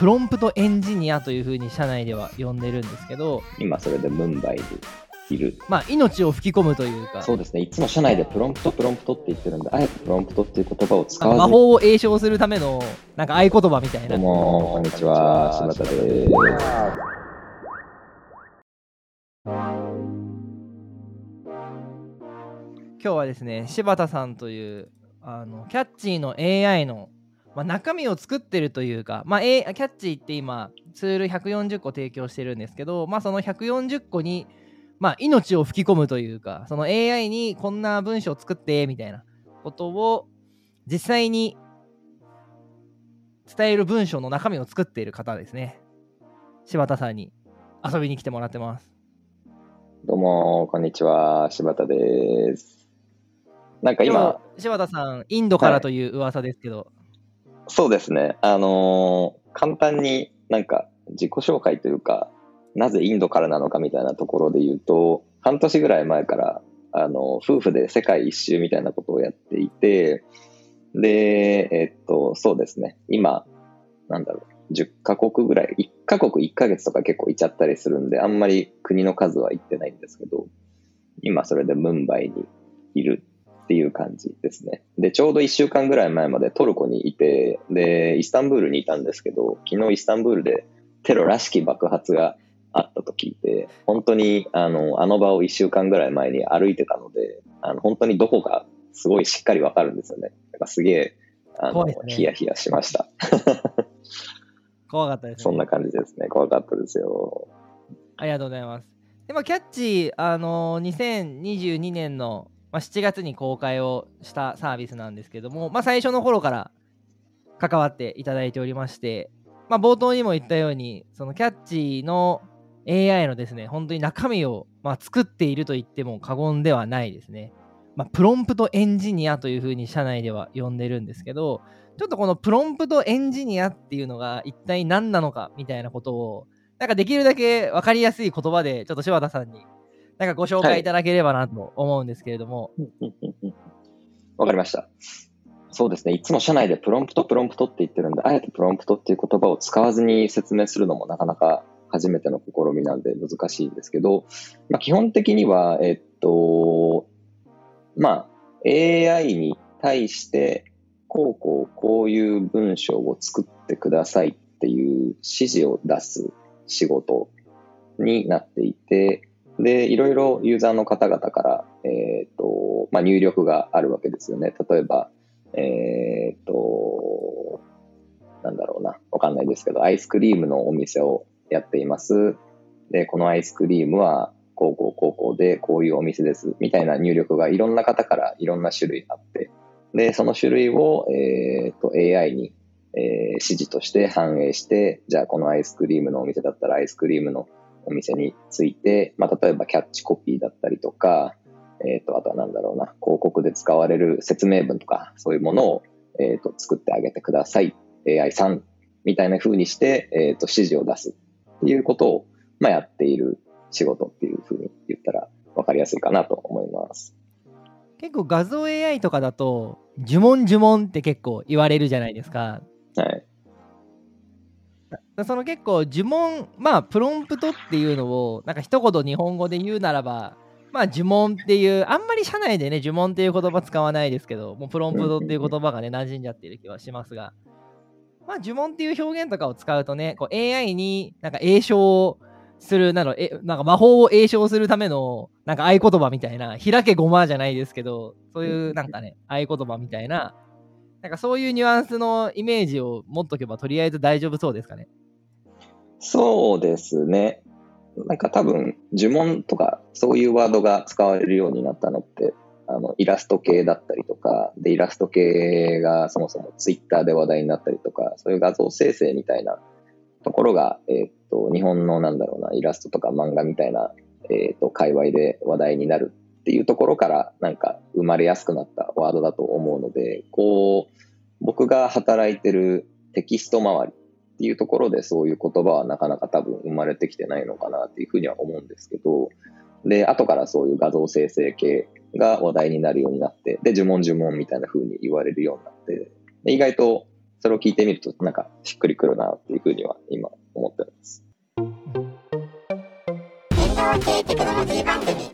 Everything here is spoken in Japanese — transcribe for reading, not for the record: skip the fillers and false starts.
プロンプトエンジニアというふうに社内では呼んでるんですけど、 今それでムンバイにいる。 命を吹き込むというか、 そうですね。いつも社内でプロンプトって言ってるんで、あえてプロンプトっていう言葉を使わずに。 魔法を詠唱するためのなんか合言葉みたいな。 どうもこんにちは、柴田です。 今日はですね、柴田さんというキャッチーの AI の、中身を作ってるというか、キャッチーって今ツール140個提供してるんですけど、その140個に、命を吹き込むというか、その AI にこんな文章を作ってみたいなことを実際に伝える文章の中身を作っている方ですね。柴田さんに遊びに来てもらってます。 どうもこんにちは、柴田です。なんか今柴田さんインドからという噂ですけど、 そうですね、簡単になんか自己紹介というか、なぜインドからなのかみたいなところで言うと、半年ぐらい前から夫婦で世界一周みたいなことをやっていて、でそうですね、今10カ国ぐらい、1カ国1ヶ月とか結構行っちゃったりするんで、あんまり国の数は行ってないんですけど、今それでムンバイにいるっていう感じですね。で、ちょうど1週間ぐらい前までトルコにいて、で、イスタンブールにいたんですけど、昨日イスタンブールでテロらしき爆発があったと聞いて、本当にあの場を1週間ぐらい前に歩いてたので、本当にどこかすごいしっかりわかるんですよね。なんかすげえヒヤヒヤしました。 怖かったですね。 そんな感じですね。怖かったですよ。 ありがとうございます。でキャッチ2022年の7月に公開をしたサービスなんですけども、最初の頃から関わっていただいておりまして、冒頭にも言ったように、そのキャッチの AI のですね、本当に中身を作っていると言っても過言ではないですね。プロンプトエンジニアというふうに社内では呼んでるんですけど、ちょっとこのプロンプトエンジニアっていうのが一体何なのかみたいなことを、なんかできるだけ分かりやすい言葉でちょっと柴田さんになんかご紹介いただければなと思うんですけれども。 わかりました。そうですね。いつも社内でプロンプトって言ってるんで、あえてプロンプトっていう言葉を使わずに説明するのもなかなか初めての試みなんで難しいんですけど、基本的には、AI に対してこういう文章を作ってくださいっていう指示を出す仕事になっていて、で、いろいろユーザーの方々から、入力があるわけですよね。例えば、わかんないですけど、アイスクリームのお店をやっています。で、このアイスクリームは、こうで、こういうお店です。みたいな入力がいろんな方からいろんな種類あって、で、その種類を、AI に、指示として反映して、じゃあこのアイスクリームのお店だったらアイスクリームのお店について、例えばキャッチコピーだったりとか、あとは広告で使われる説明文とか、そういうものを、作ってあげてください。AI さんみたいな風にして、指示を出すっていうことを、やっている仕事っていう風に言ったら分かりやすいかなと思います。 結構画像 AI とかだと呪文って結構言われるじゃないですか。 はい。 その結構呪文、プロンプトっていうのをなんか一言日本語で言うならば、呪文っていう、あんまり社内でね呪文っていう言葉使わないですけど、もうプロンプトっていう言葉がね馴染んじゃってる気はしますが、呪文っていう表現とかを使うとね、こう AI になんか詠唱するなんか魔法を詠唱するためのなんか合言葉みたいな、開けごまじゃないですけど、そういうなんかね合言葉みたいな、なんかそういうニュアンスのイメージを持っとけばとりあえず大丈夫そうですかね。 そうですね。なんか多分呪文とかそういうワードが使われるようになったのってイラスト系だったりとかで、イラスト系がそもそもツイッターで話題になったりとか、そういう画像生成みたいなところが、日本のイラストとか漫画みたいな、界隈で話題になるっていうところからなんか生まれやすくなったワードだと思うので、こう僕が働いてるテキスト周りっていうところでそういう言葉はなかなか多分生まれてきてないのかなっていうふうには思うんですけど、で後からそういう画像生成系が話題になるようになって、で呪文みたいな風に言われるようになって、で意外とそれを聞いてみるとなんかしっくりくるなっていうふうには今思ってます。 電動系テクノロジー番組